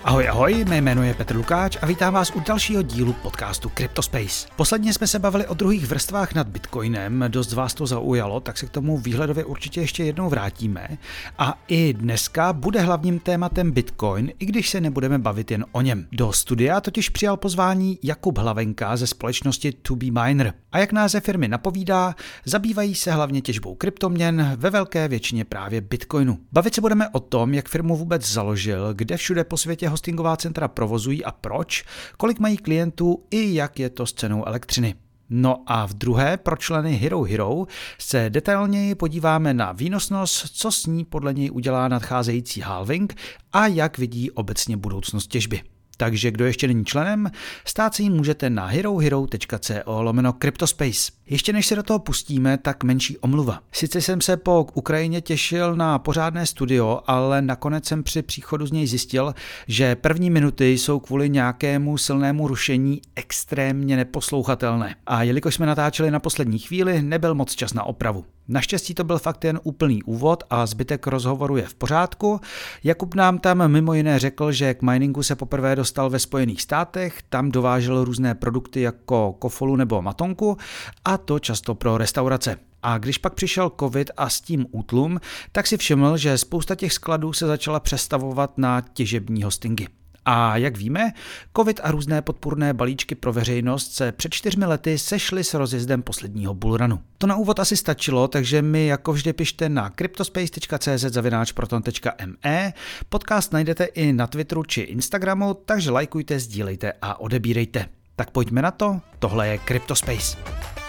Ahoj, ahoj, mé jméno je Petr Lukáč a vítám vás u dalšího dílu podcastu CryptoSpace. Posledně jsme se bavili o druhých vrstvách nad Bitcoinem, dost vás to zaujalo, tak se k tomu výhledově určitě ještě jednou vrátíme. A i dneska bude hlavním tématem Bitcoin, i když se nebudeme bavit jen o něm. Do studia totiž přijal pozvání Jakub Hlavenka ze společnosti 2BMiner. A jak název firmy napovídá, zabývají se hlavně těžbou kryptoměn, ve velké většině právě Bitcoinu. Bavit se budeme o tom, jak firmu vůbec založil, kde všude po světě hostingová centra provozují a proč, kolik mají klientů i jak je to s cenou elektřiny. No a v druhé pro členy Hero se detailněji podíváme na výnosnost, co s ní podle něj udělá nadcházející halving a jak vidí obecně budoucnost těžby. Takže kdo ještě není členem, stát se jim můžete na herohero.co/CryptoSpace. Ještě než se do toho pustíme, tak menší omluva. Sice jsem se po Ukrajině těšil na pořádné studio, ale nakonec jsem při příchodu z něj zjistil, že první minuty jsou kvůli nějakému silnému rušení extrémně neposlouchatelné. A jelikož jsme natáčeli na poslední chvíli, nebyl moc čas na opravu. Naštěstí to byl fakt jen úplný úvod a zbytek rozhovoru je v pořádku. Jakub nám tam mimo jiné řekl, že k miningu se poprvé dostal ve Spojených státech, tam dovážel různé produkty jako kofolu nebo matonku a to často pro restaurace. A když pak přišel covid a s tím útlum, tak si všiml, že spousta těch skladů se začala přestavovat na těžební hostingy. A jak víme, covid a různé podpůrné balíčky pro veřejnost se před 4 lety sešly s rozjezdem posledního bullrunu. To na úvod asi stačilo, takže mi jako vždy pište na cryptospace.cz/proton.me. Podcast najdete i na Twitteru či Instagramu, takže lajkujte, sdílejte a odebírejte. Tak pojďme na to, tohle je CryptoSpace.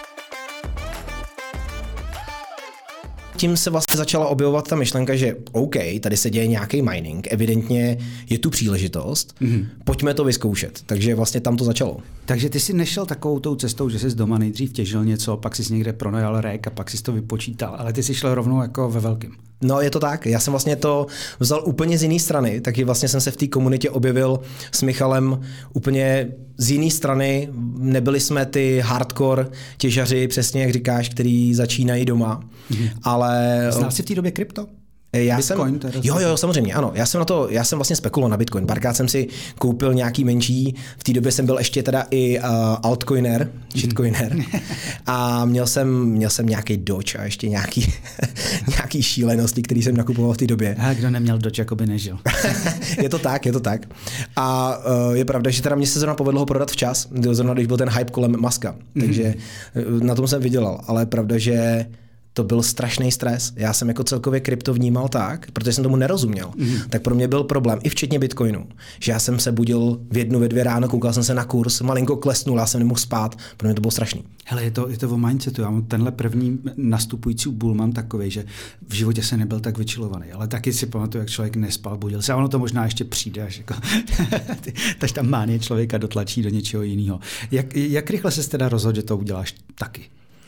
Tím se vlastně začala objevovat ta myšlenka, že OK, tady se děje nějaký mining, evidentně je tu příležitost, pojďme to vyzkoušet. Takže vlastně tam to začalo. Takže ty jsi nešel takovou tou cestou, že jsi doma nejdřív těžil něco, pak jsi někde pronajal rék a pak jsi to vypočítal, ale ty jsi šel rovnou jako ve velkým. No je to tak, já jsem vlastně to vzal úplně z jiné strany, taky vlastně jsem se v té komunitě objevil s Michalem úplně z jiné strany, nebyli jsme ty hardcore těžaři, přesně jak říkáš, který začínají doma, ale... Znal jsi v té době krypto? Bitcoin, jo, samozřejmě, ano. Já jsem vlastně spekuloval na Bitcoin. Párkrát jsem si koupil nějaký menší, v té době jsem byl ještě teda i altcoiner, shitcoiner a měl jsem nějaký Doge a ještě nějaký šílenosti, který jsem nakupoval v té době. A kdo neměl Doge, jako by nežil. Je to tak. A je pravda, že teda mě se zrovna povedlo ho prodat včas, zrovna když byl ten hype kolem Muska, takže na tom jsem vydělal, ale je pravda, že to byl strašný stres. Já jsem jako celkově krypto vnímal tak, protože jsem tomu nerozuměl. Tak pro mě byl problém, i včetně Bitcoinu, že já jsem se budil v 1, ve 2 ráno, koukal jsem se na kurz, malinko klesnul, já jsem nemohl spát, pro mě to bylo strašný. Hele, je to o mindsetu. Já mám tenhle první nastupující bull mám takovej, že v životě se nebyl tak vyčilovaný, ale taky si pamatuju, jak člověk nespal, budil se a ono to možná ještě přijde, až jako takže tam mánie člověka dotlačí do něčeho jiného. Jak rychle ses teda rozhodl, že to uděláš taky?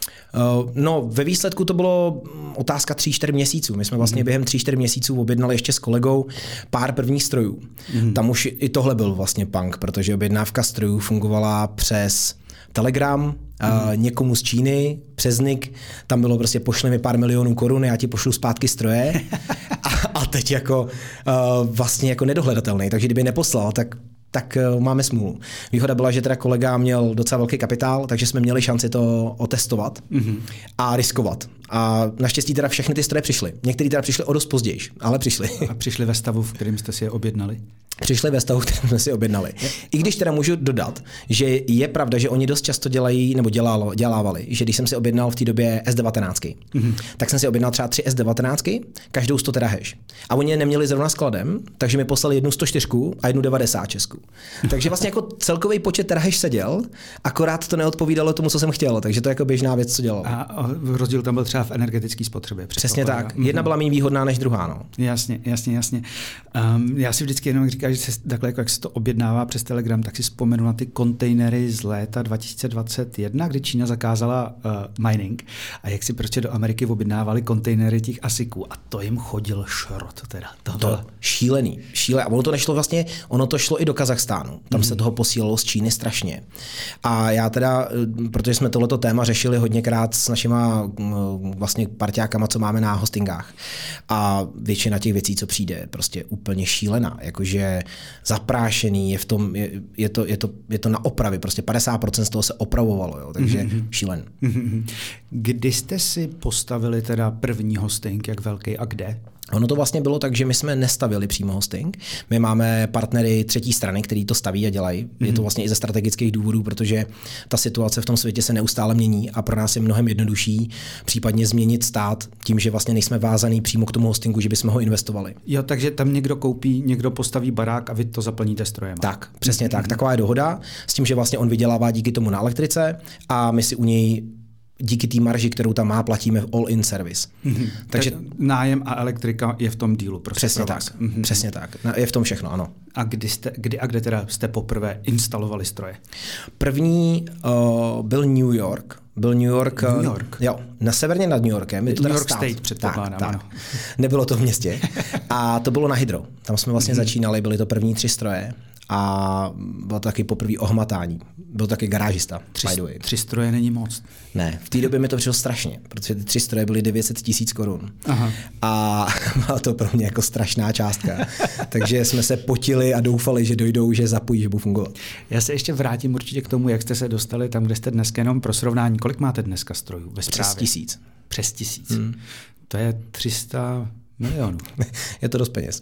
No, ve výsledku to bylo otázka 3-4 měsíců. My jsme vlastně během 3-4 měsíců objednali ještě s kolegou pár prvních strojů. Tam už i tohle byl vlastně punk, protože objednávka strojů fungovala přes Telegram, někomu z Číny, přes NIK, tam bylo prostě pošli mi pár milionů korun, já ti pošlu zpátky stroje a teď jako vlastně jako nedohledatelný, takže kdyby neposlal, tak máme smůlu. Výhoda byla, že teda kolega měl docela velký kapitál, takže jsme měli šanci to otestovat a riskovat. A naštěstí teda všechny ty stroje přišly. Některý teda přišli o dost později, ale přišli. A přišli ve stavu, v kterém jste si je objednali? Přišli ve stavu, kterým jsme si objednali. I když teda můžu dodat, že je pravda, že oni dost často dělají, nebo dělávali, že když jsem si objednal v té době S19, tak jsem si objednal třeba 3 S19, každou 100 terahash. A oni je neměli zrovna skladem, takže mi poslali jednu 104 a jednu 96. Takže vlastně jako celkový počet terahash seděl, akorát to neodpovídalo tomu, co jsem chtěl, takže to je jako běžná věc, co dělalo. A rozdíl tam byl třeba v energetické spotřebě. Přesně tak. Jedna byla méně výhodná než druhá, no. Jasně. Já si vždycky jenom říkám, že se takhle, jak se to objednává přes Telegram, tak si vzpomenu na ty kontejnery z léta 2021, kdy Čína zakázala mining a jak si prostě do Ameriky objednávali kontejnery těch ASICů a to jim chodil šrot teda. To šílený. A ono to šlo i do Kazachstánu. Tam se toho posílalo z Číny strašně. A já teda, protože jsme tohleto téma řešili hodněkrát s našima vlastně parťákama, co máme na hostingách. A většina těch věcí, co přijde, je prostě úplně šílená. Jakože zaprášený, je to na opravy, prostě 50% z toho se opravovalo, jo, takže šílen. Kdy jste si postavili teda první hosting, jak velký a kde? Ono to vlastně bylo tak, že my jsme nestavili přímo hosting. My máme partnery třetí strany, který to staví a dělají. Je to vlastně i ze strategických důvodů, protože ta situace v tom světě se neustále mění a pro nás je mnohem jednodušší případně změnit stát tím, že vlastně nejsme vázaný přímo k tomu hostingu, že bychom ho investovali. Jo, takže tam někdo koupí, někdo postaví barák a vy to zaplníte strojem. Tak, přesně tak. Taková je dohoda s tím, že vlastně on vydělává díky tomu na elektrice a my si u něj díky té marži, kterou tam má, platíme all-in service. Takže nájem a elektrika je v tom dílu. Prostě přesně tak. Přesně tak. Je v tom všechno, ano. A kde teda jste poprvé instalovali stroje? První byl New York. New York. Jo, na severně nad New Yorkem. New York State předpokládám. Tak. Nebylo to v městě. A to bylo na Hydro. Tam jsme vlastně začínali, byly to první 3 stroje. A bylo to taky poprvé ohmatání. Byl taky garážista. 3 stroje není moc. Ne, v té době mi to přišlo strašně, protože ty 3 stroje byly 900 000 korun. Aha. A byla to pro mě jako strašná částka. Takže jsme se potili a doufali, že dojdou, že zapojí, že budou fungovat. Já se ještě vrátím určitě k tomu, jak jste se dostali tam, kde jste dneska, jenom pro srovnání. Kolik máte dneska strojů ve správě? Přes 1000. Přes 1000. To je 300 milionů. Je to dost peněz.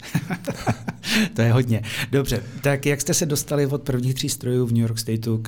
To je hodně. Dobře, tak jak jste se dostali od prvních 3 strojů v New York Stateu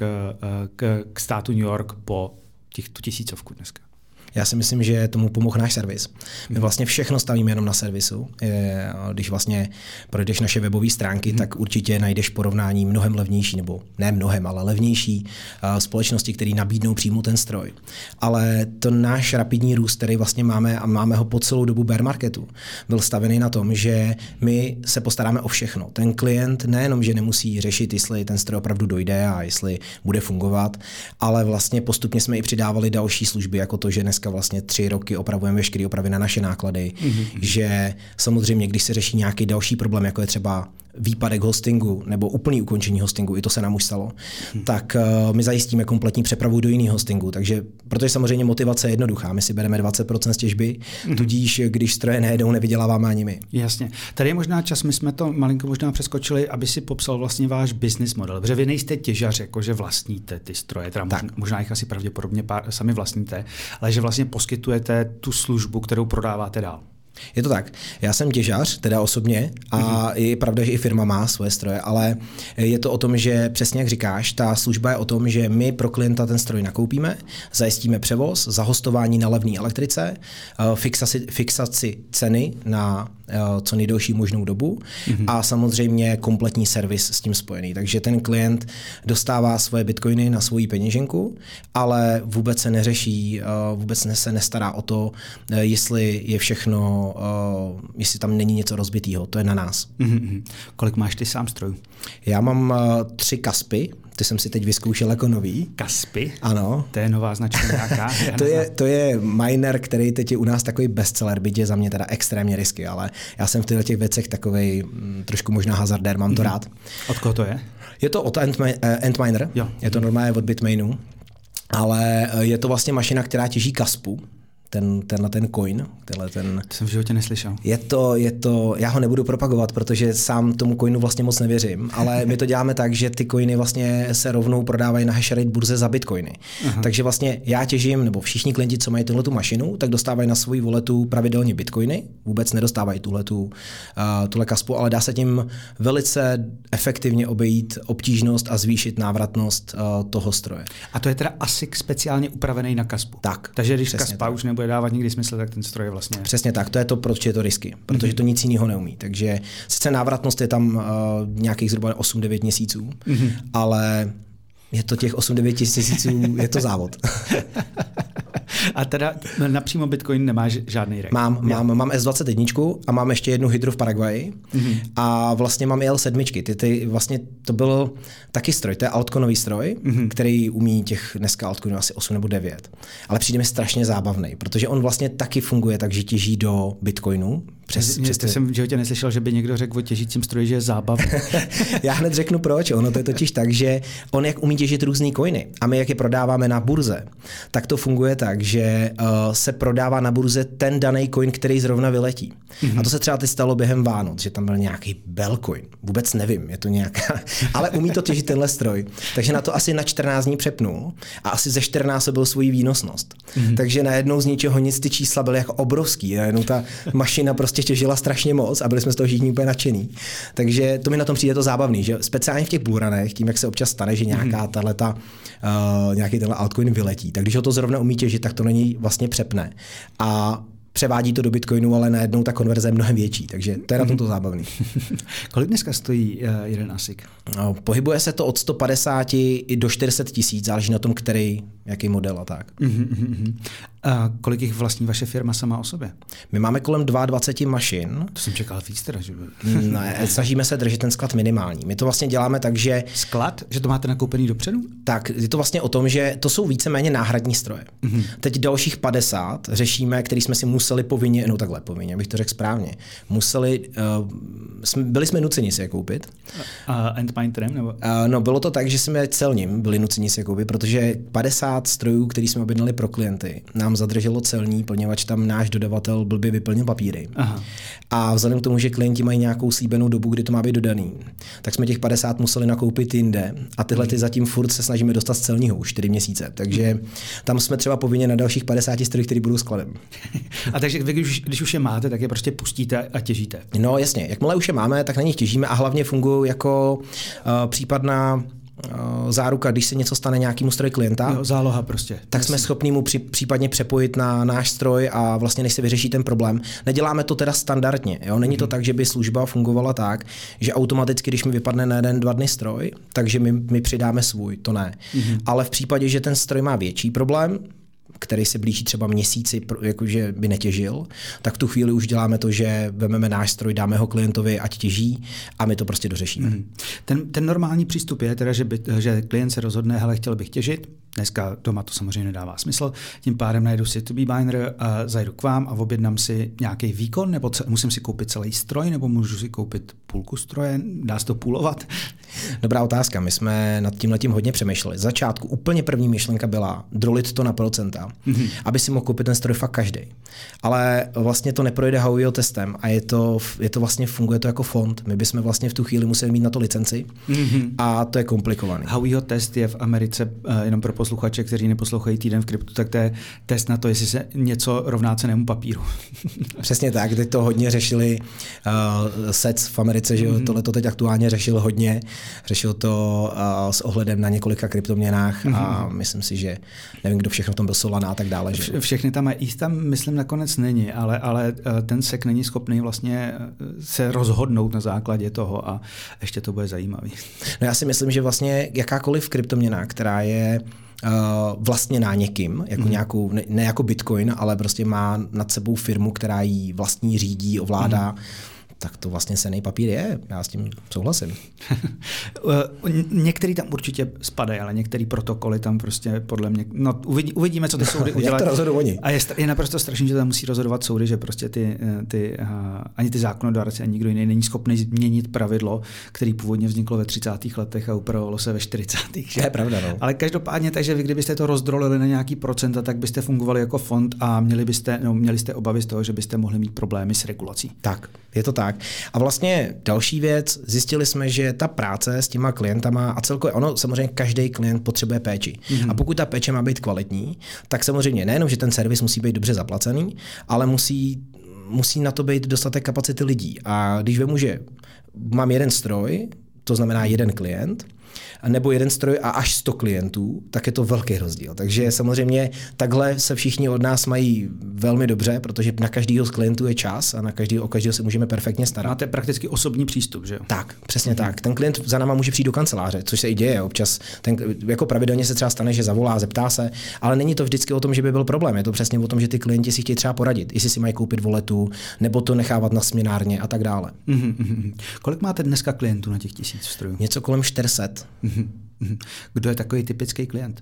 k státu New York po tu 1000 dneska? Já si myslím, že tomu pomohl náš servis. My vlastně všechno stavíme jenom na servisu. Když vlastně projdeš naše webové stránky, tak určitě najdeš porovnání mnohem levnější, nebo ne mnohem, ale levnější společnosti, které nabídnou přímo ten stroj. Ale to náš rapidní růst, který vlastně máme a máme ho po celou dobu bear marketu, byl stavený na tom, že my se postaráme o všechno. Ten klient nejenom, že nemusí řešit, jestli ten stroj opravdu dojde a jestli bude fungovat, ale vlastně postupně jsme i přidávali další služby, jako to, že dneska vlastně 3 roky opravujeme veškeré opravy na naše náklady, že samozřejmě, když se řeší nějaký další problém, jako je třeba výpadek hostingu nebo úplný ukončení hostingu, i to se nám už stalo, tak my zajistíme kompletní přepravu do jiného hostingu. Takže, protože samozřejmě motivace je jednoduchá, my si bereme 20% z těžby, tudíž když stroje nejedou, nevyděláváme ani my. Jasně. Tady je možná čas, my jsme to malinko možná přeskočili, aby si popsal vlastně váš business model. Protože vy nejste těžař, jakože vlastníte ty stroje, teda možná jich asi pravděpodobně sami vlastníte, ale že vlastně poskytujete tu službu, kterou prodáváte dál. Je to tak. Já jsem těžař, teda osobně, a je pravda, že i firma má svoje stroje, ale je to o tom, že přesně jak říkáš, ta služba je o tom, že my pro klienta ten stroj nakoupíme, zajistíme převoz, zahostování na levné elektrice, fixaci ceny na co nejdelší možnou dobu a samozřejmě kompletní servis s tím spojený. Takže ten klient dostává svoje bitcoiny na svoji peněženku, ale vůbec se neřeší, vůbec se nestará o to, jestli je všechno, jestli tam není něco rozbitýho. To je na nás. Kolik máš ty sám strojů? Já mám 3 Kaspy, ty jsem si teď vyzkoušel jako nový. Kaspy? Ano. To je nová značka nějaká? To je miner, který teď je u nás takový bestseller, byť je za mě teda extrémně risky, ale já jsem v těch věcech takovej trošku možná hazardér, mám to rád. Od koho to je? Je to od Antminer, je to normálně od Bitmainu, ale je to vlastně mašina, která těží Kaspu. Ten coin. To jsem v životě neslyšel. Je to, já ho nebudu propagovat, protože sám tomu coinu vlastně moc nevěřím, ale my to děláme tak, že ty coiny vlastně se rovnou prodávají na hashrate burze za bitcoiny. Aha. Takže vlastně já těžím, nebo všichni klienti, co mají tuhletu mašinu, tak dostávají na svoji voletu pravidelně bitcoiny, vůbec nedostávají tuhle kaspu, ale dá se tím velice efektivně obejít obtížnost a zvýšit návratnost toho stroje. A to je teda ASIC speciálně upravený na kaspu. Tak. Takže když kaspa už nebude dávat nikdy smysl, tak ten stroj je vlastně... Přesně tak, to je to, proč je to risky, protože to nic jiného neumí. Takže sice návratnost je tam nějakých zhruba 8-9 měsíců, ale je to těch 8-9 měsíců, je to závod. A teda napřímo Bitcoin nemáš žádný rek? Mám S21 a mám ještě jednu hydru v Paraguaji a vlastně mám i L7. Vlastně to byl taky stroj, to je altcoinový stroj, který umí těch dneska altcoinů asi 8 nebo 9. Ale přijde mi strašně zábavný, protože on vlastně taky funguje tak, že těží do Bitcoinu. Jsem v životě neslyšel, že by někdo řekl o těžícím stroji, že je zábavný. Já hned řeknu proč. Ono to je totiž tak, že on jak umí těžit různý coiny a my jak je prodáváme na burze, tak to funguje tak, že se prodává na burze ten daný coin, který zrovna vyletí. A to se třeba teď stalo během Vánoc, že tam byl nějaký Belcoin. Vůbec nevím, je to nějaká, ale umí to těžit tenhle stroj. Takže na to asi na 14 dní přepnul a asi ze 14 byl svoji výnosnost. Takže najednou z ničeho nic ty čísla byly jako obrovský. Najednou ta mašina prostě těžila strašně moc a byli jsme z toho všichni úplně nadšený. Takže to mi na tom přijde to zábavný, že speciálně v těch bullrunech, tím, jak se občas stane, že nějaký tenhle altcoin vyletí, tak když ho to zrovna umí těžit, tak to není vlastně přepne. A převádí to do Bitcoinu, ale najednou ta konverze je mnohem větší, takže to je na tomto zábavný. Kolik dneska stojí jeden ASIC? Pohybuje se to od 150 i do 400 tisíc, záleží na tom, jaký model a tak. A kolik jich vlastní vaše firma sama o sobě? My máme kolem 22 mašin. To jsem čekal víc teda, že? Ne, snažíme se držet ten sklad minimální. My to vlastně děláme tak, že... Sklad? Že to máte nakoupený dopředu? Tak, je to vlastně o tom, že to jsou víceméně náhradní stroje. Teď dalších 50 řešíme, který jsme si museli povinně, abych to řekl správně, byli jsme nuceni si je koupit. Endminderem? Nebo? No, bylo to tak, že jsme celním byli nuceni si je koupit, protože 50 strojů, který jsme objednali pro klienty, nám zadrželo celní, poněvadž tam náš dodavatel blbě vyplnil papíry. Aha. A vzhledem k tomu, že klienti mají nějakou slíbenou dobu, kdy to má být dodaný, tak jsme těch 50 museli nakoupit jinde a tyhle ty zatím furt se snažíme dostat z celního už 4 měsíce. Takže tam jsme třeba povinně na dalších 50 strojích, které budou skladem. A takže vy, když už je máte, tak je prostě pustíte a těžíte. No jasně, jakmile už je máme, tak na nich těžíme a hlavně fungují jako případná záruka, když se něco stane nějakému stroji klienta. Jo, záloha prostě. Tak jsme schopni mu případně přepojit na náš stroj a vlastně než se vyřeší ten problém. Neděláme to teda standardně. Jo? Není to tak, že by služba fungovala tak, že automaticky, když mi vypadne na 1-2 dny stroj, takže my přidáme svůj. To ne. Ale v případě, že ten stroj má větší problém, který se blíží třeba měsíci, jakože by netěžil, tak v tu chvíli už děláme to, že vezmeme náš stroj, dáme ho klientovi, ať těží a my to prostě dořešíme. Ten normální přístup je teda, že klient se rozhodne, hele, chtěl bych těžit, dneska doma to samozřejmě nedává smysl, tím pádem najdu si to-be-miner a zajdu k vám a objednám si nějaký výkon, nebo musím si koupit celý stroj, nebo můžu si koupit půlku stroje, dá se to půlovat? Dobrá otázka, my jsme nad tímhletím hodně přemýšleli. Z začátku úplně první myšlenka byla drolit to na procenta, aby si mohl koupit ten stroj fakt každý. Ale vlastně to neprojde Howeyho testem a je to vlastně, funguje to jako fond. My bychom vlastně v tu chvíli museli mít na to licenci a to je komplikovaný. Howeyho test je v Americe, jenom pro posluchače, kteří neposlouchají Týden v kryptu, tak to je test na to, jestli se něco rovná cennému papíru. Přesně tak, teď to hodně řešili SEC v Americe, že tohle to teď aktuálně řešil hodně. Řešil to s ohledem na několika kryptoměnách a myslím si, že nevím, kdo všechno v tom byl, Solana a tak dále. Že? Všechny tam mají, tam myslím nakonec není, ale ten SEC není schopný vlastně se rozhodnout na základě toho a ještě to bude zajímavý. No já si myslím, že vlastně jakákoliv kryptoměna, která je vlastněná někým, jako ne jako Bitcoin, ale prostě má nad sebou firmu, která ji vlastní, řídí, ovládá, tak to vlastně cenný papír je. Já s tím souhlasím. Některý tam určitě spadají, ale některý protokoly tam prostě podle mě, no uvidíme, co ty soudy udělají. Jak to rozhodují oni? A je naprosto strašný, že tam musí rozhodovat soudy, že prostě ani ty zákonodárci, ani nikdo jiný není schopný změnit pravidlo, který původně vzniklo ve 30. letech a upravovalo se ve 40. To je pravda, no. Ale každopádně, takže vy kdybyste to rozdrolili na nějaký procenta, tak byste fungovali jako fond a měli jste obavy z toho, že byste mohli mít problémy s regulací. Tak, je to tak. A vlastně další věc, zjistili jsme, že ta práce s těma klientama a celkově samozřejmě každý klient potřebuje péči. A pokud ta péče má být kvalitní, tak samozřejmě nejenom, že ten servis musí být dobře zaplacený, ale musí na to být dostatek kapacity lidí. A když vemu, že mám jeden stroj, to znamená jeden klient, nebo jeden stroj a až 100 klientů, tak je to velký rozdíl. Takže samozřejmě takhle se všichni od nás mají velmi dobře, protože na každého z klientů je čas a o každého se můžeme perfektně starat. Máte prakticky osobní přístup, že jo? Tak, přesně tak. Ten klient za náma může přijít do kanceláře, což se i děje občas. Jako pravidelně se třeba stane, že zavolá, zeptá se, ale není to vždycky o tom, že by byl problém. Je to přesně o tom, že ty klienti si chtějí třeba poradit, jestli si mají koupit voletu, nebo to nechávat na směnárně a tak dále. Kolik máte dneska klientů na těch 1000 strojů? Něco kolem 400. Kdo je takový typický klient?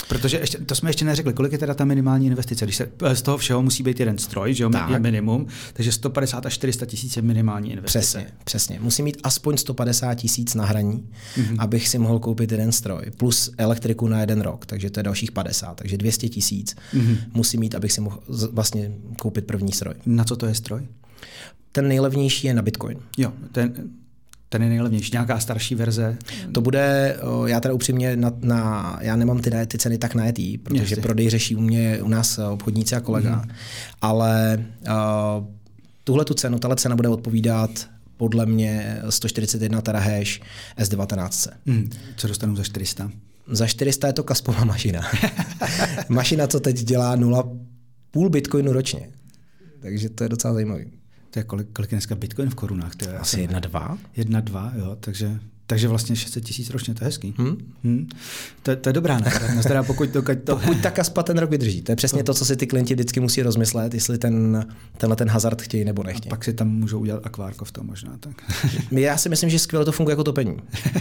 Protože to jsme ještě neřekli, kolik je teda ta minimální investice, když se z toho všeho musí být jeden stroj, že jo, je minimum, takže 150 až 400 tisíc je minimální investice. Přesně. Musí mít aspoň 150 tisíc na hraní, abych si mohl koupit jeden stroj, plus elektriku na 1 rok, takže to je dalších 50, takže 200 tisíc musí mít, abych si mohl vlastně koupit první stroj. Na co to je stroj? Ten nejlevnější je na Bitcoin. Jo, ten je nejlevnější. Nějaká starší verze? To bude, já teda upřímně, já nemám ty ceny tak najetý, protože prodej řeší u nás obchodníci a kolega, ale tahle cena bude odpovídat podle mě 141 terahash S19. Co dostanu za 400? Za 400 je to Kaspova mašina. Mašina, co teď dělá 0,5 bitcoinu ročně. Takže to je docela zajímavý. To je kolik je dneska bitcoin v korunách? To je asi 1,2. 1,2, jo, takže vlastně 600 tisíc ročně, to je hezký. To je dobrá náhrada. Pokud ta Kaspa ten rok vydrží. To je přesně to, co si ty klienti vždycky musí rozmyslet, jestli tenhle hazard chtějí nebo nechtějí. A pak si tam můžou udělat akvárko v tom možná. Tak. Já si myslím, že skvěle to funguje jako topení.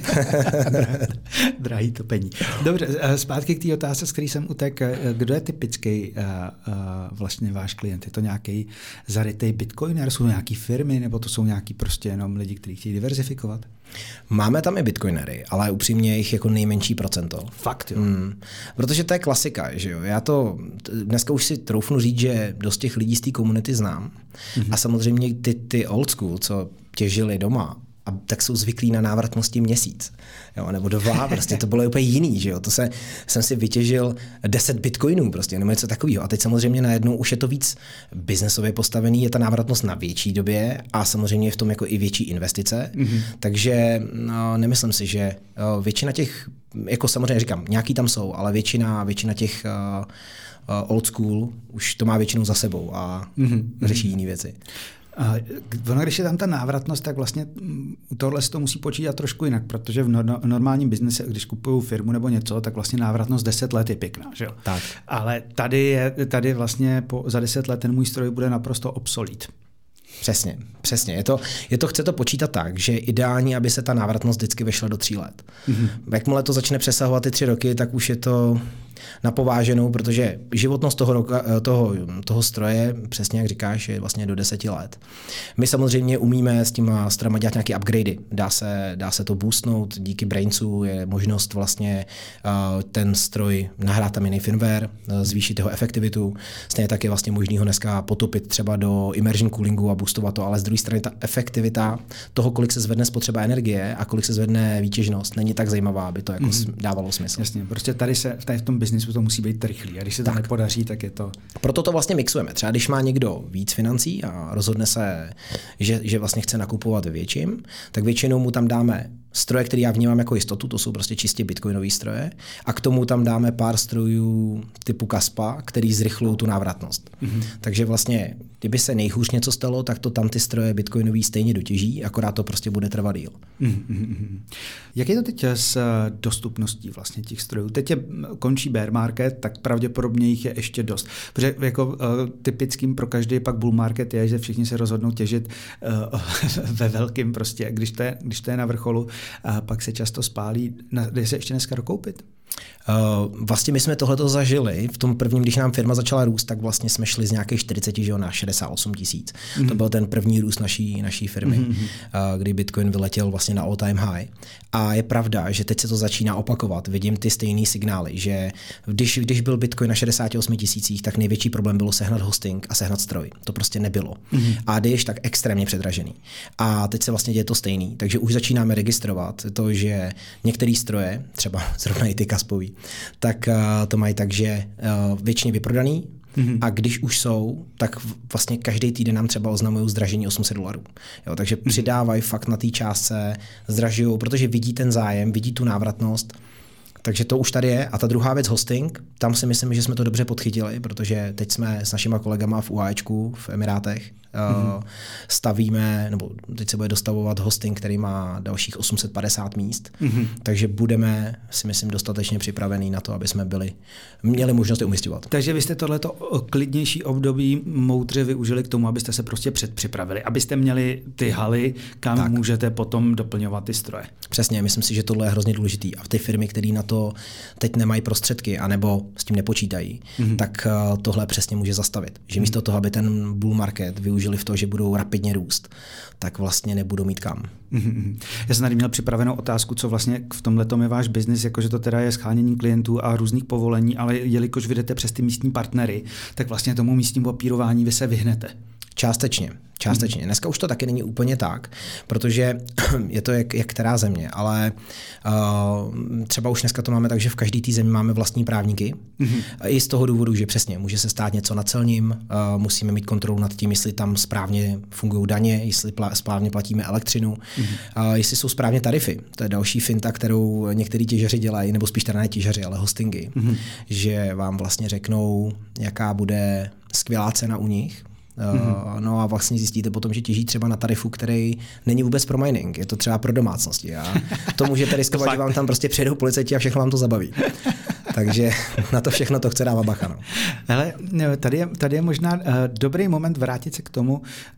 Drahý topení. Dobře, zpátky k té otázce, z který jsem utekl. Kdo je typický vlastně váš klient? Je to nějaký zarytej bitcoiner? Jsou nějaký firmy? Nebo to jsou nějaký prostě jenom lidi, kteří chtějí diverzifikovat? Máme tam i bitcoinery, ale upřímně jich jako nejmenší procento. Fakt, jo. Protože to je klasika, že jo. Dneska už si troufnu říct, že dost těch lidí z té komunity znám. A samozřejmě ty old school, co těžili doma, tak jsou zvyklí na návratnosti měsíc, jo, nebo 2, prostě to bylo úplně jiný, že jo, jsem si vytěžil 10 bitcoinů prostě, nebo něco takového a teď samozřejmě najednou už je to víc biznesově postavený, je ta návratnost na větší době a samozřejmě je v tom jako i větší investice, takže nemyslím si, že většina těch, jako samozřejmě říkám, nějaký tam jsou, ale většina těch old school už to má většinou za sebou a řeší jiné věci. Když je tam ta návratnost, tak vlastně u tohle se to musí počítat trošku jinak, protože v normálním biznise, když kupuju firmu nebo něco, tak vlastně návratnost 10 let je pěkná, že jo? Tak. Ale tady vlastně za 10 let ten můj stroj bude naprosto obsolít. Přesně. Chce to počítat tak, že je ideální, aby se ta návratnost vždycky vešla do 3 let. Jakmile to začne přesahovat ty 3 roky, tak už je to napováženou, protože životnost toho stroje, přesně jak říkáš, je vlastně do 10 let. My samozřejmě umíme s těma strojama dělat nějaké upgradey. Dá se to boostnout, díky Brainsu je možnost vlastně ten stroj nahrát tam jiný firmware, zvýšit jeho efektivitu. Stejně tak je vlastně možný ho dneska potopit třeba do immersion coolingu a boostovat to, ale z druhé strany ta efektivita toho, kolik se zvedne spotřeba energie a kolik se zvedne výtěžnost, není tak zajímavá, aby to jako dávalo smysl. Jasně, prostě tady v tom biznisu to musí být rychlý a když se to nepodaří, tak je to... Proto to vlastně mixujeme. Třeba když má někdo víc financí a rozhodne se, že vlastně chce nakupovat ve větším, tak většinou mu tam dáme stroje, které já vnímám jako jistotu, to jsou prostě čistě bitcoinové stroje a k tomu tam dáme pár strojů typu Kaspa, který zrychlují tu návratnost. Takže vlastně, kdyby se nejhůř něco stalo, tak to tam ty stroje bitcoinový stejně dotěží, akorát to prostě bude trvat díl. Jak je to teď s dostupností vlastně těch strojů? Teď končí bear market, tak pravděpodobně jich je ještě dost. Protože jako typickým pro každý pak bull market je, že všichni se rozhodnou těžit ve velkým prostě, když to je na vrcholu, a pak se často spálí. Jde se ještě dneska dokoupit? Vlastně my jsme tohleto zažili v tom prvním, když nám firma začala růst, tak vlastně jsme šli z nějakých 40 na 68 tisíc. To byl ten první růst naší firmy, kdy Bitcoin vyletěl vlastně na all time high. A je pravda, že teď se to začíná opakovat. Vidím ty stejné signály, že když byl Bitcoin na 68 tisících, tak největší problém bylo sehnat hosting a sehnat stroj. To prostě nebylo. A je tak extrémně předražený. A teď se vlastně děje to stejný. Takže už začínáme registrovat to, že některé stroje, třeba zrovna i ty Kaspový, tak to mají tak, že většině vyprodaný a když už jsou, tak vlastně každý týden nám třeba oznamují zdražení $800. Jo, takže přidávají fakt na té částce, zdražují, protože vidí ten zájem, vidí tu návratnost. Takže to už tady je. A ta druhá věc, hosting, tam si myslím, že jsme to dobře podchytili, protože teď jsme s našima kolegama v UAEčku v Emirátech stavíme, nebo teď se bude dostavovat hosting, který má dalších 850 míst, takže budeme, si myslím, dostatečně připravení na to, aby jsme měli možnost je umisťovat. Takže vy jste tohleto klidnější období moudře využili k tomu, abyste se prostě předpřipravili, abyste měli ty haly, kam můžete potom doplňovat ty stroje. Přesně, myslím si, že tohle je hrozně důležitý a ty firmy, které na to to teď nemají prostředky, anebo s tím nepočítají, tak tohle přesně může zastavit. Že místo toho, aby ten bull market využili v to, že budou rapidně růst, tak vlastně nebudou mít kam. Já jsem tady měl připravenou otázku, co vlastně v tomhletom je váš biznis, jakože to teda je shánění klientů a různých povolení, ale jelikož vy jdete přes ty místní partnery, tak vlastně tomu místnímu papírování vy se vyhnete. Částečně. Dneska už to taky není úplně tak, protože je to jak která země, ale třeba už dneska to máme tak, že v každé té zemi máme vlastní právníky. I z toho důvodu, že přesně může se stát něco na celním, musíme mít kontrolu nad tím, jestli tam správně fungují daně, jestli správně platíme elektřinu, jestli jsou správně tarify. To je další finta, kterou některý těžaři dělají, nebo spíš teda ne těžaři, ale hostingy, že vám vlastně řeknou, jaká bude skvělá cena u nich. No a vlastně zjistíte potom, že těží třeba na tarifu, který není vůbec pro mining, je to třeba pro domácnosti a to můžete riskovat, že vám tam prostě přijedou policajti a všechno vám to zabaví. Takže na to všechno to chce dávat bacha. No. Hele, tady je možná dobrý moment vrátit se k tomu,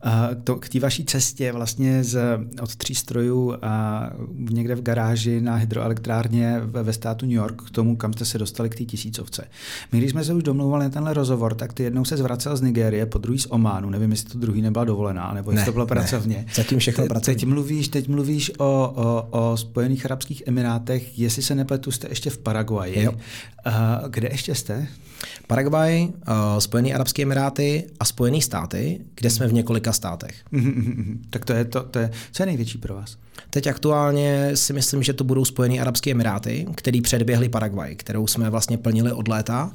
k té vaší cestě vlastně od 3 strojů někde v garáži na hydroelektrárně ve státu New York k tomu, kam jste se dostali k té 1000. My když jsme se už domlouvali na tenhle rozhovor, tak ty jednou se zvracel z Nigérie, po druhý z Ománu, nevím, jestli to druhý nebyla dovolená, nebo jestli to bylo pracovně. Zatím všechno pracovně. Teď mluvíš o Spojených arabských emirátech, jestli se nepletu, jste ještě v Paraguaji. Kde ještě jste? Paraguay, Spojené arabské emiráty a Spojené státy, kde jsme v několika státech. Tak to je, co je největší pro vás? Teď aktuálně si myslím, že to budou Spojené arabské emiráty, který předběhli Paraguay, kterou jsme vlastně plnili od léta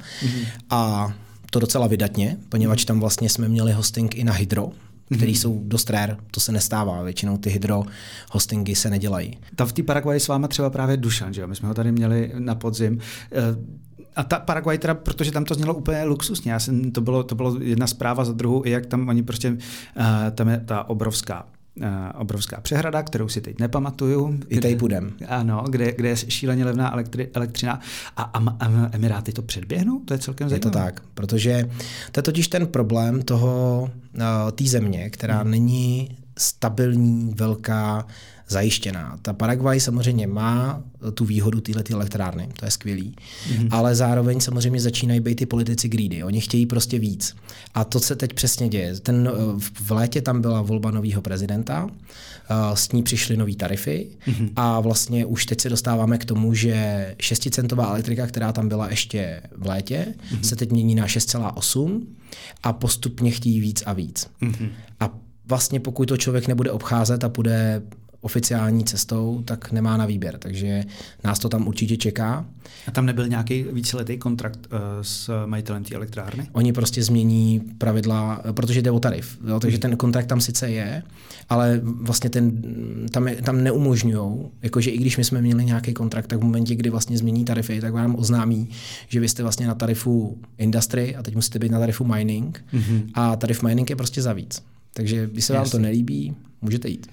a to docela vydatně, poněvadž tam vlastně jsme měli hosting i na hydro, který jsou dost rare, to se nestává, většinou ty hydro hostingy se nedělají. Tam v té Paraguaji s váma třeba právě Dušan, že jo? My jsme ho tady měli na podzim. A ta Paraguay teda, protože tam to znělo úplně luxusně, to bylo jedna zpráva za druhou, i jak tam oni prostě, tam je ta obrovská přehrada, kterou si teď nepamatuju. I tady půjdem. Ano, kde je šíleně levná elektřina a Emiráty to předběhnou? To je celkem zajímavé. Je to tak, protože to je totiž ten problém té země, která není stabilní, velká, zajištěná. Ta Paraguay samozřejmě má tu výhodu této elektrárny, to je skvělý, ale zároveň samozřejmě začínají být ty politici greedy. Oni chtějí prostě víc. A to se teď přesně děje. V létě tam byla volba nového prezidenta, s ní přišly nový tarify a vlastně už teď se dostáváme k tomu, že 6centová elektrika, která tam byla ještě v létě, se teď mění na 6,8 a postupně chtějí víc a víc. A vlastně pokud to člověk nebude obcházet a půjde oficiální cestou, tak nemá na výběr, takže nás to tam určitě čeká. A tam nebyl nějaký víceletý kontrakt s majitelem té elektrárny? Oni prostě změní pravidla, protože jde o tarif, jo? Takže ten kontrakt tam sice je, ale vlastně tam neumožňujou, jakože i když my jsme měli nějaký kontrakt, tak v momentě, kdy vlastně změní tarify, tak vám oznámí, že vy jste vlastně na tarifu industry a teď musíte být na tarifu mining a tarif mining je prostě za víc. Takže když se vám to nelíbí, můžete jít.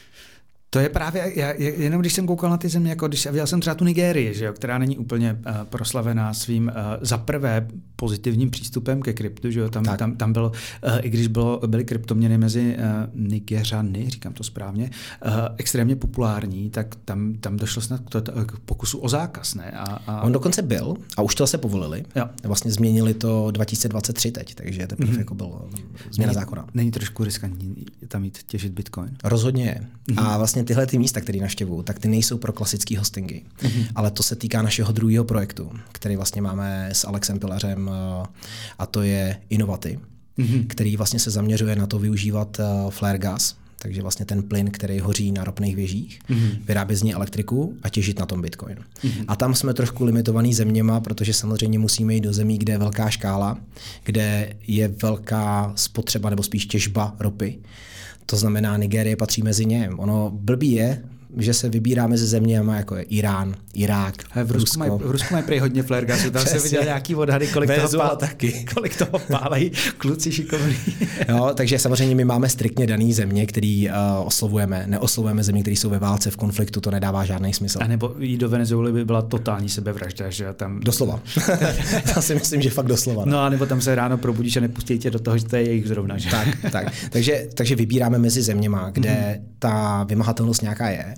To je právě, jenom když jsem koukal na ty země, jako když viděl jsem třeba tu Nigérii, že jo, která není úplně proslavená svým zaprvé pozitivním přístupem ke kryptu, že jo, tam bylo, i když byly kryptoměny mezi Nigeřany, říkám to správně, extrémně populární, tak tam došlo snad k pokusu o zákaz, ne? On dokonce byl a už to se povolili. Jo. Vlastně změnili to 2023 teď, takže teprve jako bylo změna zákona. Není trošku riskantní tam jít těžit Bitcoin? Rozhodně je. A vlastně tyhle ty místa, které navštěvuju, tak ty nejsou pro klasický hostingy. Ale to se týká našeho druhého projektu, který vlastně máme s Alexem Pilařem a to je Inovaty, který vlastně se zaměřuje na to využívat flare gas, takže vlastně ten plyn, který hoří na ropných věžích, vyrábět z něj elektriku a těžit na tom Bitcoin. A tam jsme trošku limitovaný zeměma, protože samozřejmě musíme jít do zemí, kde je velká škála, kde je velká spotřeba nebo spíš těžba ropy. To znamená, Nigérie patří mezi ně. Ono blbý je, že se vybírá mezi zeměma, jako je Irán, Irák, Rusko. V Rusku mají prý hodně flare gasu, tam se viděl nějaký odhady, kolik toho pálejí kluci šikovní. Jo, takže samozřejmě my máme striktně daný země, který neoslovujeme země, které jsou ve válce, v konfliktu, to nedává žádný smysl. A nebo jít do Venezuely by byla totální sebevražda, že tam... Doslova. Já si myslím, že fakt doslova. No a nebo tam se ráno probudíš a nepustí tě do toho, že to je jejich zrovna. Že? Tak. Takže vybíráme mezi zeměma, kde ta vymahatelnost nějaká je.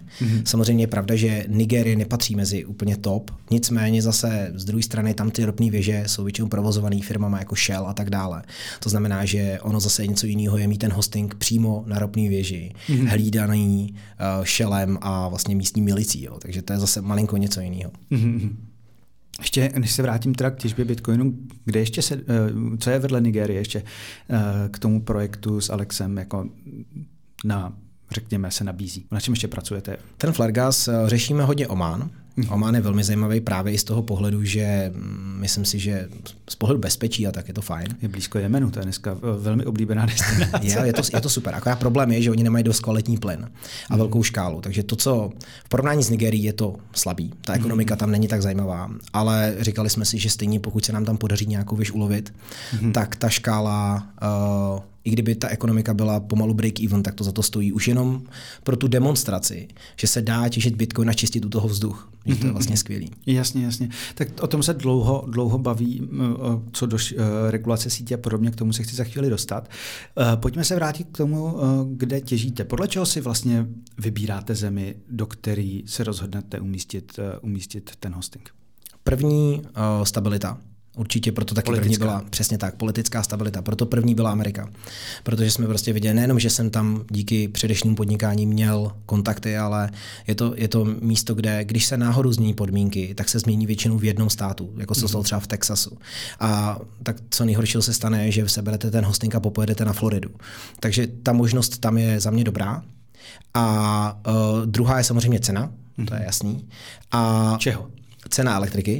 Samozřejmě je pravda, že Nigérie nepatří mezi úplně top, nicméně zase z druhé strany tam ty ropné věže jsou většinou provozovaný firmama jako Shell a tak dále. To znamená, že ono zase něco jiného je mít ten hosting přímo na ropné věži, hlídaný Shellem a vlastně místní milicí. Jo. Takže to je zase malinko něco jiného. Ještě, než se vrátím teda k těžbě Bitcoinu, kde ještě co je vedle Nigérie ještě k tomu projektu s Alexem jako řekněme, se nabízí? Na čem ještě pracujete? Ten Flaregas řešíme hodně Omán. Omán je velmi zajímavý právě i z toho pohledu, že myslím si, že z pohledu bezpečí a tak je to fajn. Je blízko Jemenu, to je dneska velmi oblíbená destinace. Je to super. Akorát problém je, že oni nemají dost kvalitní plyn a velkou škálu. Takže to, co v porovnání s Nigérií je to slabý. Ta ekonomika tam není tak zajímavá, ale říkali jsme si, že stejně pokud se nám tam podaří nějakou věž ulovit, tak ta škála i kdyby ta ekonomika byla pomalu break-even, tak to za to stojí už jenom pro tu demonstraci, že se dá těžit Bitcoin a čistit u toho vzduch. Že to je vlastně skvělý. Jasně. Tak o tom se dlouho baví, co do regulace sítě a podobně, k tomu se chci za chvíli dostat. Pojďme se vrátit k tomu, kde těžíte. Podle čeho si vlastně vybíráte zemi, do které se rozhodnete umístit ten hosting? První stabilita. Určitě proto taky první byla, přesně tak, politická stabilita. Proto první byla Amerika. Protože jsme prostě viděli, nejenom, že jsem tam díky předešlým podnikání měl kontakty, ale je to místo, kde když se náhodou změní podmínky, tak se změní většinou v jednom státu, jako se stalo třeba v Texasu. A tak co nejhoršího se stane, že seberete ten hosting a popojedete na Floridu. Takže ta možnost tam je za mě dobrá. A druhá je samozřejmě cena, to je jasný. A čeho? Cena elektriky.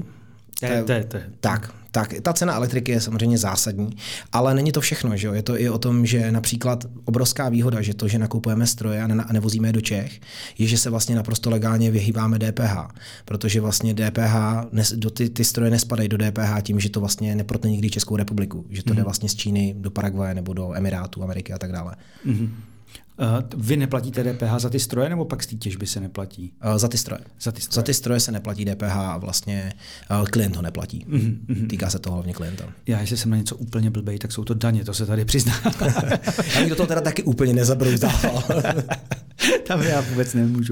Tak, ta cena elektriky je samozřejmě zásadní, ale není to všechno, že jo? Je to i o tom, že například obrovská výhoda, že to, že nakupujeme stroje a nevozíme je do Čech, je, že se vlastně naprosto legálně vyhýbáme DPH, protože vlastně DPH, ty stroje nespadají do DPH tím, že to vlastně neprotne nikdy Českou republiku, že to jde vlastně z Číny do Paraguaje nebo do Emirátů, Ameriky a tak dále. Vy neplatíte DPH za ty stroje, nebo pak z té těžby se neplatí? Za ty stroje. Za ty stroje se neplatí DPH a vlastně klient ho neplatí. Týká se toho hlavně klienta. Já, jestli jsem na něco úplně blbej, tak jsou to daně, to se tady přizná. Já bych do toho teda taky úplně nezabrouzdával. Tam já vůbec nemůžu.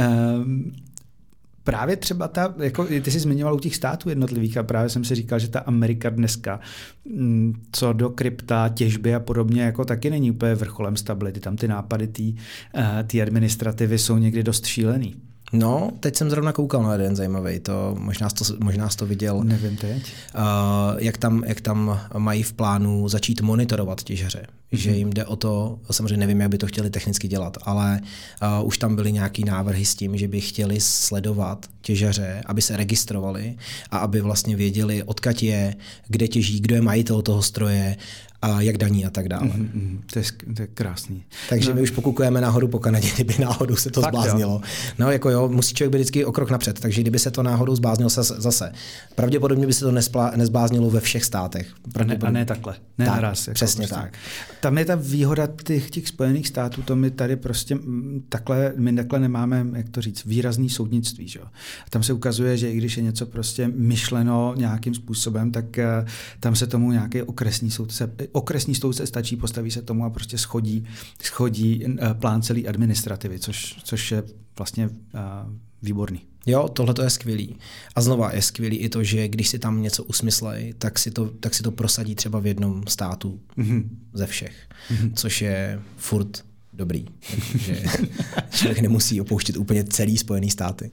Právě třeba ty jsi zmiňoval u těch států jednotlivých a právě jsem si říkal, že ta Amerika dneska, co do krypta, těžby a podobně, jako taky není úplně vrcholem stability. Tam ty nápady té administrativy jsou někdy dost šílený. No, teď jsem zrovna koukal na jeden zajímavý, možná jsi to viděl. Nevím teď. Jak tam mají v plánu začít monitorovat těžaře. Že jim jde o to, samozřejmě nevím, jak by to chtěli technicky dělat, ale už tam byly nějaký návrhy s tím, že by chtěli sledovat těžaře, aby se registrovali a aby vlastně věděli, odkud je, kde těží, kdo je majitel toho stroje, a jak daní a tak dále. To je krásný. Takže my už pokukujeme nahoru po Kanadě, kdyby náhodou se to zbláznilo. No jako jo, musí člověk být vždycky o krok napřed, takže kdyby se to náhodou zbláznilo zase. Pravděpodobně by se to nezbláznilo ve všech státech. A ne takhle. Ne tak, naraz. Přesně prostě. Tak. Tam je ta výhoda těch Spojených států, to my tady prostě takhle nemáme, jak to říct, výrazný soudnictví. Že? A tam se ukazuje, že i když je něco prostě myšleno nějakým způsobem, tak tam se tomu nějaký okresní soudce stačí, postaví se tomu a prostě schodí plán celý administrativy, což je vlastně výborný. Jo, tohle to je skvělý. A znova je skvělý i to, že když si tam něco usmyslej, tak si to prosadí třeba v jednom státu ze všech, což je furt dobrý. Takže člověk nemusí opouštět úplně celý Spojený státy.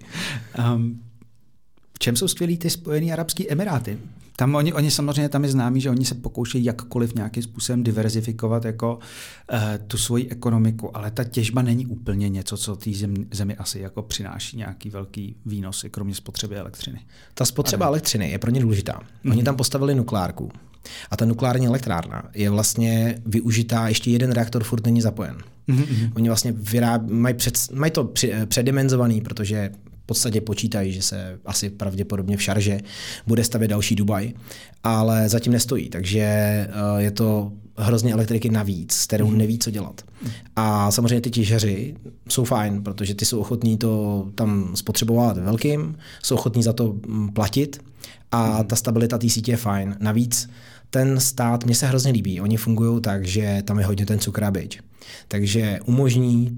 V čem jsou skvělí ty Spojené arabské emiráty? Tam oni samozřejmě tam je známí, že oni se pokoušejí jakkoliv nějakým způsobem diverzifikovat jako tu svoji ekonomiku, ale ta těžba není úplně něco, co té zemi asi jako přináší nějaký velký výnos, kromě spotřeby elektřiny. Ta spotřeba elektřiny je pro ně důležitá. Oni tam postavili nukleárku a ta nukleární elektrárna je vlastně využitá, ještě jeden reaktor furt není zapojen. Oni vlastně mají to předimenzovaný, protože v podstatě počítají, že se asi pravděpodobně v šarže bude stavět další Dubaj, ale zatím nestojí, takže je to hrozně elektriky navíc, s kterou neví, co dělat. A samozřejmě ty těžaři jsou fajn, protože ty jsou ochotní to tam spotřebovat velkým, jsou ochotní za to platit a ta stabilita té sítě je fajn. Navíc ten stát, mně se hrozně líbí, oni fungují tak, že tam je hodně ten cukr a bič. Takže umožní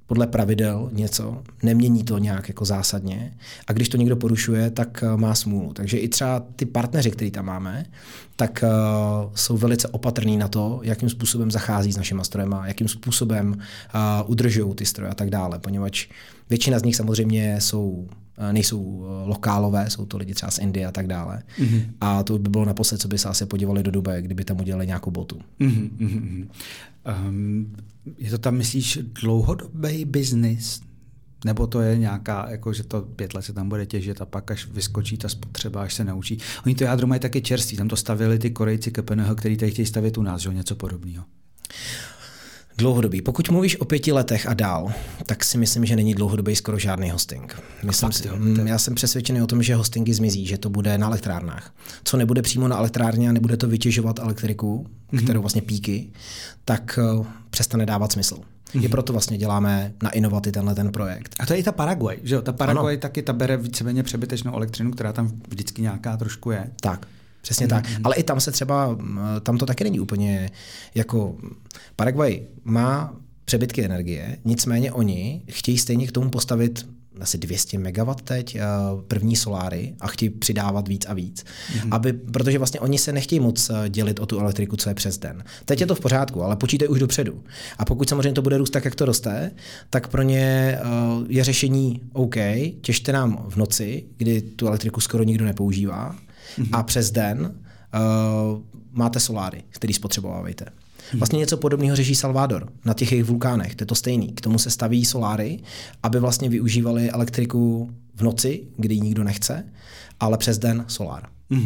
podle pravidel něco, nemění to nějak jako zásadně a když to někdo porušuje, tak má smůlu. Takže i třeba ty partneři, který tam máme, tak jsou velice opatrní na to, jakým způsobem zachází s našimi strojema, jakým způsobem udržují ty stroje a tak dále, poněvadž většina z nich samozřejmě nejsou lokálové, jsou to lidi třeba z Indie a tak dále. Mm-hmm. A to by bylo naposled, co by se asi podívali do Dubaje, kdyby tam udělali nějakou botu. Mm-hmm. Je to tam, myslíš, dlouhodobý biznis? Nebo to je nějaká, jako že to 5 let se tam bude těžit a pak až vyskočí ta spotřeba, až se naučí. Oni to jádro mají taky čerství, tam to stavěli ty Korejci KPNH, který tady chtějí stavět u nás, že něco podobného. Dlouhodobý. Pokud mluvíš o 5 letech a dál, tak si myslím, že není dlouhodobý skoro žádný hosting. Já jsem přesvědčený o tom, že hostingy zmizí, že to bude na elektrárnách. Co nebude přímo na elektrárně a nebude to vytěžovat elektriku, kterou vlastně píky, tak přestane dávat smysl. I proto vlastně děláme na Inovaty ten projekt. A to je i ta Paraguay, že jo? Ta Paraguay taky ta bere víceméně přebytečnou elektřinu, která tam vždycky nějaká trošku je. Tak. Přesně tak. Ale i tam se třeba, tam to taky není úplně jako, Paraguay má přebytky energie, nicméně oni chtějí stejně k tomu postavit asi 200 MW teď první soláry a chtějí přidávat víc a víc. Protože vlastně oni se nechtějí moc dělit o tu elektriku, co je přes den. Teď je to v pořádku, ale počítají už dopředu. A pokud samozřejmě to bude růst tak, jak to roste, tak pro ně je řešení OK, těžte nám v noci, kdy tu elektriku skoro nikdo nepoužívá, a přes den máte soláry, který spotřebovávají. Vlastně něco podobného řeší Salvador na těch jejich vulkánech, to je to stejný. K tomu se staví soláry, aby vlastně využívali elektriku v noci, kdy ji nikdo nechce, ale přes den solár.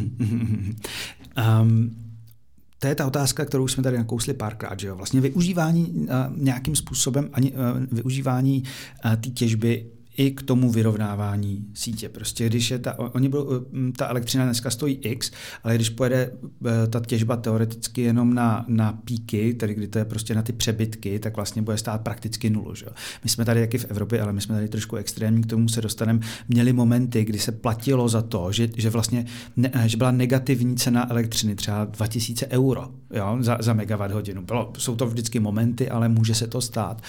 To je ta otázka, kterou jsme tady nakousli párkrát, že jo? Vlastně využívání nějakým způsobem, využívání té těžby i k tomu vyrovnávání sítě. Prostě když je ta elektřina dneska stojí X, ale když pojede ta těžba teoreticky jenom na píky, tedy kdy to je prostě na ty přebytky, tak vlastně bude stát prakticky nulu. Že? My jsme tady taky v Evropě, ale my jsme tady trošku extrémní, k tomu se dostaneme. Měli momenty, kdy se platilo za to, že vlastně že byla negativní cena elektřiny, třeba 2000 €, jo, za megawatt hodinu. Jsou to vždycky momenty, ale může se to stát.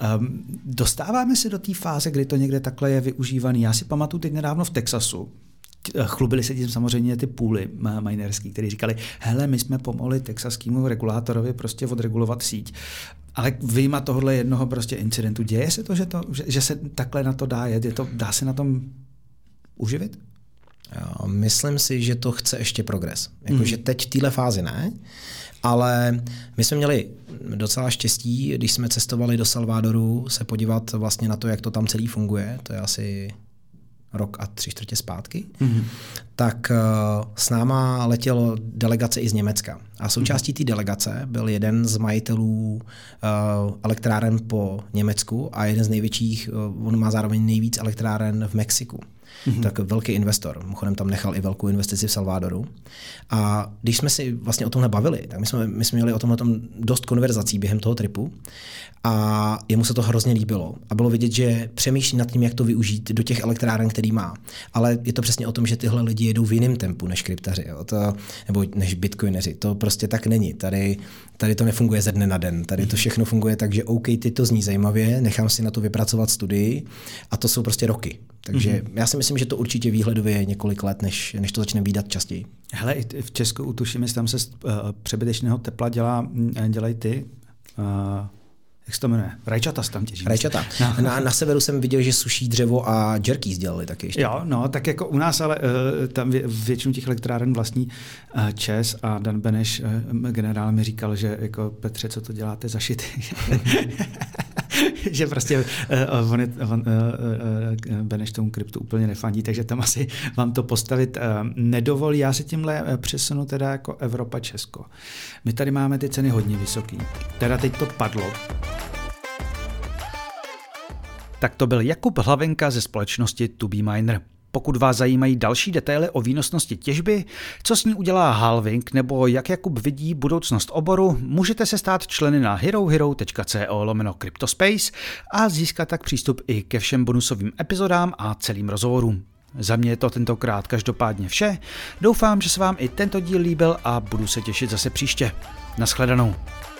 Dostáváme se do té fáze, kdy to někde takhle je využívaný. Já si pamatuju teď nedávno v Texasu, chlubili se tím samozřejmě ty půly minerský, kteří říkali, hele, my jsme pomohli texaskému regulátorovi prostě odregulovat síť. Ale vyjma tohohle jednoho prostě incidentu, děje se to, že se takhle na to dá jet? Dá se na tom uživit? Já myslím si, že to chce ještě progres. Jakože teď v téhle fázi ne, ale my jsme měli docela štěstí, když jsme cestovali do Salvadoru se podívat vlastně na to, jak to tam celý funguje, to je asi rok a 3/4 zpátky, tak s náma letělo delegace i z Německa. A součástí té delegace byl jeden z majitelů elektráren po Německu a jeden z největších, on má zároveň nejvíc elektráren v Mexiku. Tak velký investor. Mimochodem tam nechal i velkou investici v Salvadoru. A když jsme si vlastně o tomhle bavili, tak my jsme měli o tomhle dost konverzací během toho tripu a jemu se to hrozně líbilo. A bylo vidět, že přemýšlí nad tím, jak to využít do těch elektráren, který má. Ale je to přesně o tom, že tyhle lidi jedou v jiném tempu než kryptaři, nebo než bitcoineři. To prostě tak není. Tady to nefunguje ze dne na den. Tady to všechno funguje tak, že OK, ty to zní zajímavě, nechám si na to vypracovat studii a to jsou prostě roky. Takže já si myslím, že to určitě výhledově je několik let, než to začne vídat častěji. Hele, i v Česku utuším, jestli tam se z přebytečného tepla dělají ty, jak se to jmenuje? Rajčata se tam těží. Rajčata. Na severu jsem viděl, že suší dřevo a jerky dělali taky ještě. Jo, no, tak jako u nás, ale tam většinu těch elektráren vlastní ČEZ a Dan Beneš, generál, mi říkal, že jako Petře, co to děláte za šity? Že prostě Beneš tomu kryptu úplně nefandí, takže tam asi vám to postavit nedovolí. Já se tímhle přesunu teda jako Evropa, Česko. My tady máme ty ceny hodně vysoký. Teda teď to padlo. Tak to byl Jakub Hlavenka ze společnosti To Be Miner. Pokud vás zajímají další detaily o výnosnosti těžby, co s ní udělá Halving nebo jak Jakub vidí budoucnost oboru, můžete se stát členy na herohero.co/cryptospace a získat tak přístup i ke všem bonusovým epizodám a celým rozhovorům. Za mě je to tentokrát každopádně vše. Doufám, že se vám i tento díl líbil a budu se těšit zase příště. Naschledanou.